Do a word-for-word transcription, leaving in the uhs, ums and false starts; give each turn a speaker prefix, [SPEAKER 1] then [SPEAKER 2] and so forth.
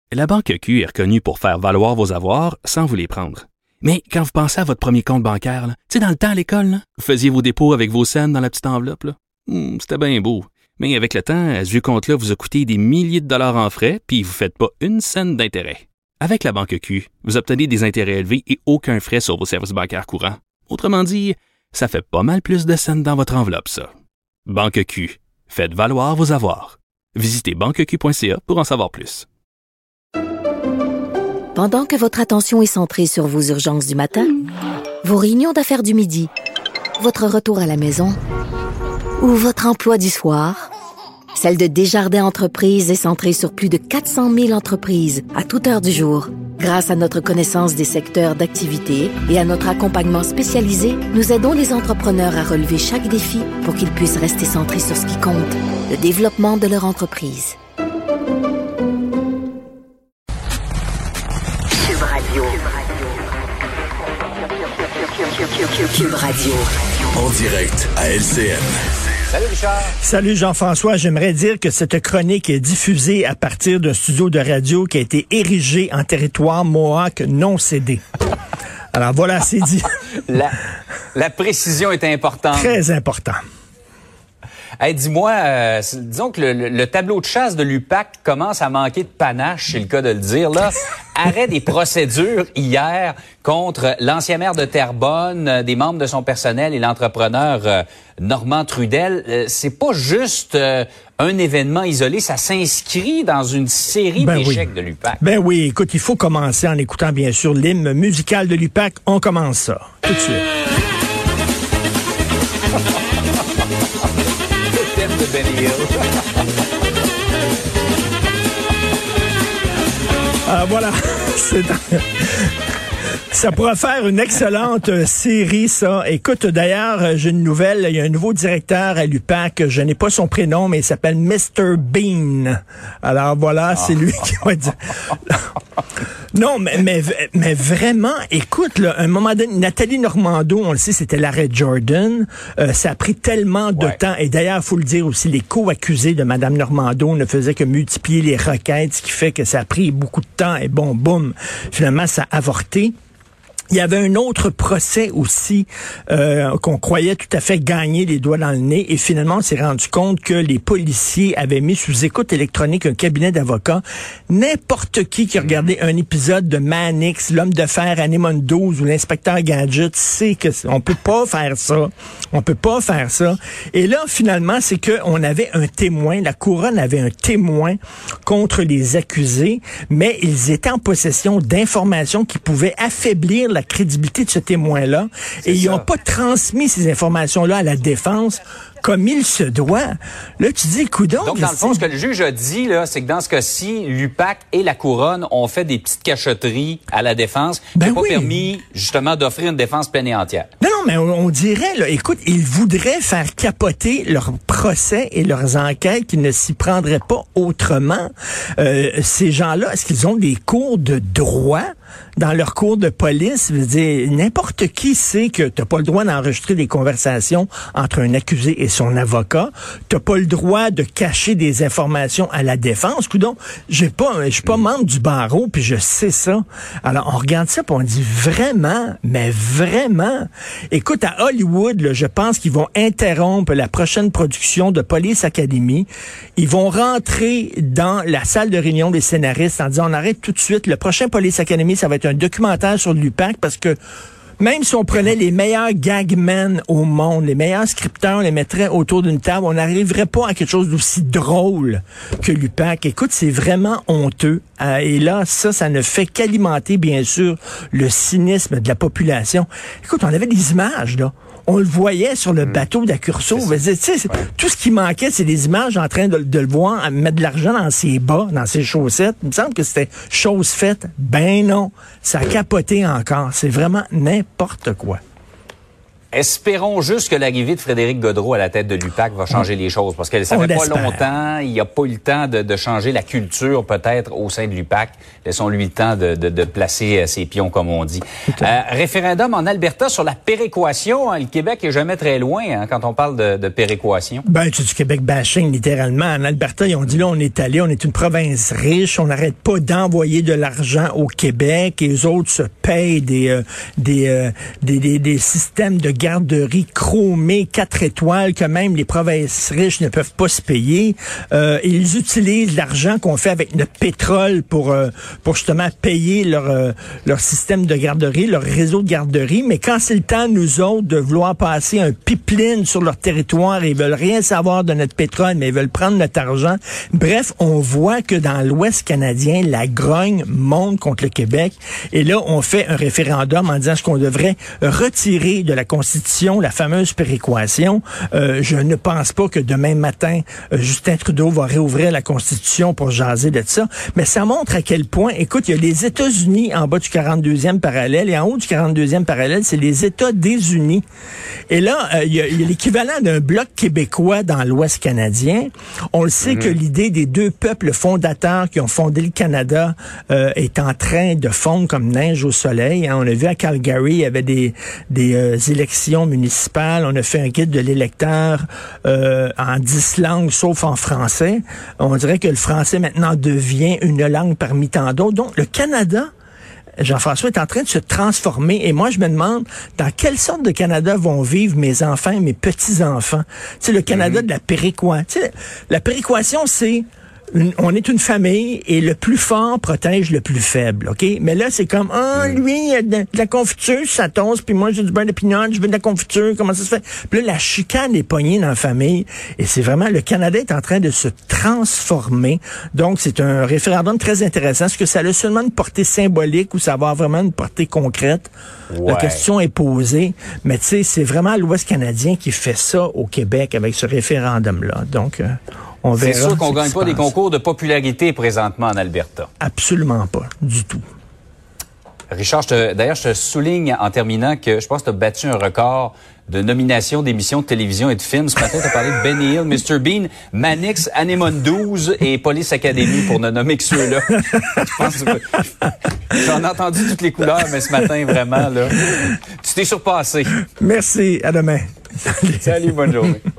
[SPEAKER 1] La Banque Q est reconnue pour faire valoir vos avoirs sans vous les prendre. Mais quand vous pensez à votre premier compte bancaire, tu sais, dans le temps à l'école, là, vous faisiez vos dépôts avec vos scènes dans la petite enveloppe. Là. Hum, c'était bien beau. Mais avec le temps, ce vieux compte-là vous a coûté des milliers de dollars en frais, puis vous ne faites pas une scène d'intérêt. Avec la Banque Q, vous obtenez des intérêts élevés et aucun frais sur vos services bancaires courants. Autrement dit, ça fait pas mal plus de scènes dans votre enveloppe, ça. Banque Q. Faites valoir vos avoirs. Visitez banque q point c a pour en savoir plus.
[SPEAKER 2] Pendant que votre attention est centrée sur vos urgences du matin, vos réunions d'affaires du midi, votre retour à la maison ou votre emploi du soir, celle de Desjardins Entreprises est centrée sur plus de quatre cent mille entreprises à toute heure du jour. Grâce à notre connaissance des secteurs d'activité et à notre accompagnement spécialisé, nous aidons les entrepreneurs à relever chaque défi pour qu'ils puissent rester centrés sur ce qui compte, le développement de leur entreprise.
[SPEAKER 3] Cube Radio. Cube Radio.
[SPEAKER 4] En direct à L C M.
[SPEAKER 5] Salut Richard.
[SPEAKER 6] Salut Jean-François. J'aimerais dire que cette chronique est diffusée à partir d'un studio de radio qui a été érigé en territoire Mohawk non cédé. Alors voilà, c'est dit.
[SPEAKER 5] La, la précision est importante.
[SPEAKER 6] Très important.
[SPEAKER 5] Hey, dis-moi, euh, disons que le, le, le tableau de chasse de l'U P A C commence à manquer de panache, c'est le cas de le dire, là. Arrêt des procédures hier contre l'ancien maire de Terrebonne, euh, des membres de son personnel et l'entrepreneur euh, Normand Trudel. Euh, c'est pas juste euh, un événement isolé, ça s'inscrit dans une série
[SPEAKER 6] ben
[SPEAKER 5] d'échecs
[SPEAKER 6] oui.
[SPEAKER 5] de l'U P A C.
[SPEAKER 6] Ben oui, écoute, il faut commencer en écoutant bien sûr l'hymne musical de l'U P A C. On commence ça, tout de suite.
[SPEAKER 5] De Benny Hill.
[SPEAKER 6] Ah, voilà. C'est dans... Ça pourrait faire une excellente euh, série, ça. Écoute, d'ailleurs, euh, j'ai une nouvelle. Il y a un nouveau directeur à l'U P A C. Je n'ai pas son prénom, mais il s'appelle mister Bean. Alors voilà, c'est lui qui va dire... Non, mais, mais, mais vraiment, écoute, là, à un moment donné, Nathalie Normando, on le sait, c'était l'arrêt Jordan. Euh, ça a pris tellement de
[SPEAKER 5] ouais.
[SPEAKER 6] temps. Et d'ailleurs, il faut le dire aussi, les co-accusés de Mme Normando ne faisaient que multiplier les requêtes, ce qui fait que ça a pris beaucoup de temps. Et bon, boum, finalement, ça a avorté. Il y avait un autre procès aussi euh, qu'on croyait tout à fait gagner les doigts dans le nez et finalement on s'est rendu compte que les policiers avaient mis sous écoute électronique un cabinet d'avocats. N'importe qui qui a regardé un épisode de Mannix, l'homme de fer Anémondoz ou l'inspecteur Gadget sait que on peut pas faire ça. On peut pas faire ça. Et là finalement c'est que on avait un témoin, la couronne avait un témoin contre les accusés, mais ils étaient en possession d'informations qui pouvaient affaiblir la crédibilité de ce témoin-là. Et ils n'ont pas transmis ces informations-là à la défense comme il se doit. Là, tu dis, coudonc.
[SPEAKER 5] Donc, dans le fond, ce que le juge a dit, là, c'est que dans ce cas-ci, l'U P A C et la Couronne ont fait des petites cachotteries à la défense qui
[SPEAKER 6] ben
[SPEAKER 5] n'ont
[SPEAKER 6] oui.
[SPEAKER 5] pas permis, justement, d'offrir une défense pleine et entière.
[SPEAKER 6] Non, non, mais on, on dirait, là, écoute, ils voudraient faire capoter leur procès et leurs enquêtes, qu'ils ne s'y prendraient pas autrement. Euh, ces gens-là, est-ce qu'ils ont des cours de droit dans leur cours de police? Je veux dire, n'importe qui sait que t'as pas le droit d'enregistrer des conversations entre un accusé et son avocat. T'as pas le droit de cacher des informations à la défense. Coudonc, j'ai pas, je suis pas membre du barreau, puis je sais ça. Alors, on regarde ça, puis on dit vraiment, mais vraiment. Écoute, à Hollywood, là, je pense qu'ils vont interrompre la prochaine production de Police Academy. Ils vont rentrer dans la salle de réunion des scénaristes en disant, on arrête tout de suite. Le prochain Police Academy, ça va être un documentaire sur l'U P A C parce que même si on prenait les meilleurs gagmen au monde, les meilleurs scripteurs, on les mettrait autour d'une table, on n'arriverait pas à quelque chose d'aussi drôle que l'U P A C. Écoute, c'est vraiment honteux. Euh, et là, ça, ça ne fait qu'alimenter, bien sûr, le cynisme de la population. Écoute, on avait des images, là. On le voyait sur le bateau d'Accurso. Ouais. Tout ce qui manquait, c'est des images en train de, de le voir mettre de l'argent dans ses bas, dans ses chaussettes. Il me semble que c'était chose faite. Ben non, ça a capoté encore. C'est vraiment n'importe quoi.
[SPEAKER 5] Espérons juste que l'arrivée de Frédéric Gaudreau à la tête de l'U P A C va changer les choses, parce que ça fait pas longtemps, il n'y a pas eu le temps de, de changer la culture peut-être au sein de l'U P A C. Laissons-lui le temps de, de, de placer ses pions, comme on dit. Euh, référendum en Alberta sur la péréquation. Hein, le Québec est jamais très loin hein, quand on parle de, de péréquation.
[SPEAKER 6] Ben, c'est du Québec bashing, littéralement. En Alberta, ils ont dit, là, on est allé, on est une province riche, on n'arrête pas d'envoyer de l'argent au Québec, et les autres se payent des, euh, des, euh, des, des, des systèmes de garderie chromés, quatre étoiles, que même les provinces riches ne peuvent pas se payer. Euh, ils utilisent l'argent qu'on fait avec notre pétrole pour euh, pour justement payer leur euh, leur système de garderie, leur réseau de garderie. Mais quand c'est le temps, nous autres, de vouloir passer un pipeline sur leur territoire, ils veulent rien savoir de notre pétrole, mais ils veulent prendre notre argent. Bref, on voit que dans l'Ouest canadien, la grogne monte contre le Québec. Et là, on fait un référendum en disant ce qu'on devrait retirer de la Constitution, la fameuse péréquation. Euh, je ne pense pas que demain matin, euh, Justin Trudeau va réouvrir la Constitution pour jaser de ça, mais ça montre à quel point, écoute, il y a les États-Unis en bas du quarante-deuxième parallèle, et en haut du quarante-deuxième parallèle, c'est les États désunis. Et là, euh, il y a, il y a l'équivalent d'un bloc québécois dans l'Ouest canadien. On le sait mm-hmm. que l'idée des deux peuples fondateurs qui ont fondé le Canada euh, est en train de fondre comme neige au soleil. Hein. On a vu à Calgary, il y avait des, des euh, élections municipales. On a fait un guide de l'électeur euh, en dix langues, sauf en français. On dirait que le français maintenant devient une langue parmi tant d'autres. Donc, le Canada, Jean-François, est en train de se transformer. Et moi, je me demande dans quelle sorte de Canada vont vivre mes enfants et mes petits-enfants. Tu sais, le Canada mm-hmm. de la péréquation. Tu sais, la péréquation, c'est Une, on est une famille et le plus fort protège le plus faible, OK? Mais là, c'est comme, ah, oh, lui, il a de, de la confiture, ça tosse, puis moi, j'ai du beurre de pinot, je veux de la confiture, comment ça se fait? Puis là, la chicane est pognée dans la famille. Et c'est vraiment, le Canada est en train de se transformer. Donc, c'est un référendum très intéressant. Est-ce que ça a seulement une portée symbolique ou ça va avoir vraiment une portée concrète? Ouais. La question est posée. Mais tu sais, c'est vraiment l'Ouest canadien qui fait ça au Québec avec ce référendum-là. Donc, euh, on verra.
[SPEAKER 5] C'est sûr qu'on ne gagne pas des concours de popularité présentement en Alberta.
[SPEAKER 6] Absolument pas, du tout.
[SPEAKER 5] Richard, je te, d'ailleurs, je te souligne en terminant que je pense que tu as battu un record de nomination d'émissions de télévision et de films. Ce matin, tu as parlé de Benny Hill, mister Bean, Mannix, Anémone douze et Police Academy, pour ne nommer que ceux-là. Je pense que j'en ai entendu toutes les couleurs, mais ce matin, vraiment, là, tu t'es surpassé.
[SPEAKER 6] Merci. À demain.
[SPEAKER 5] Salut, bonne journée.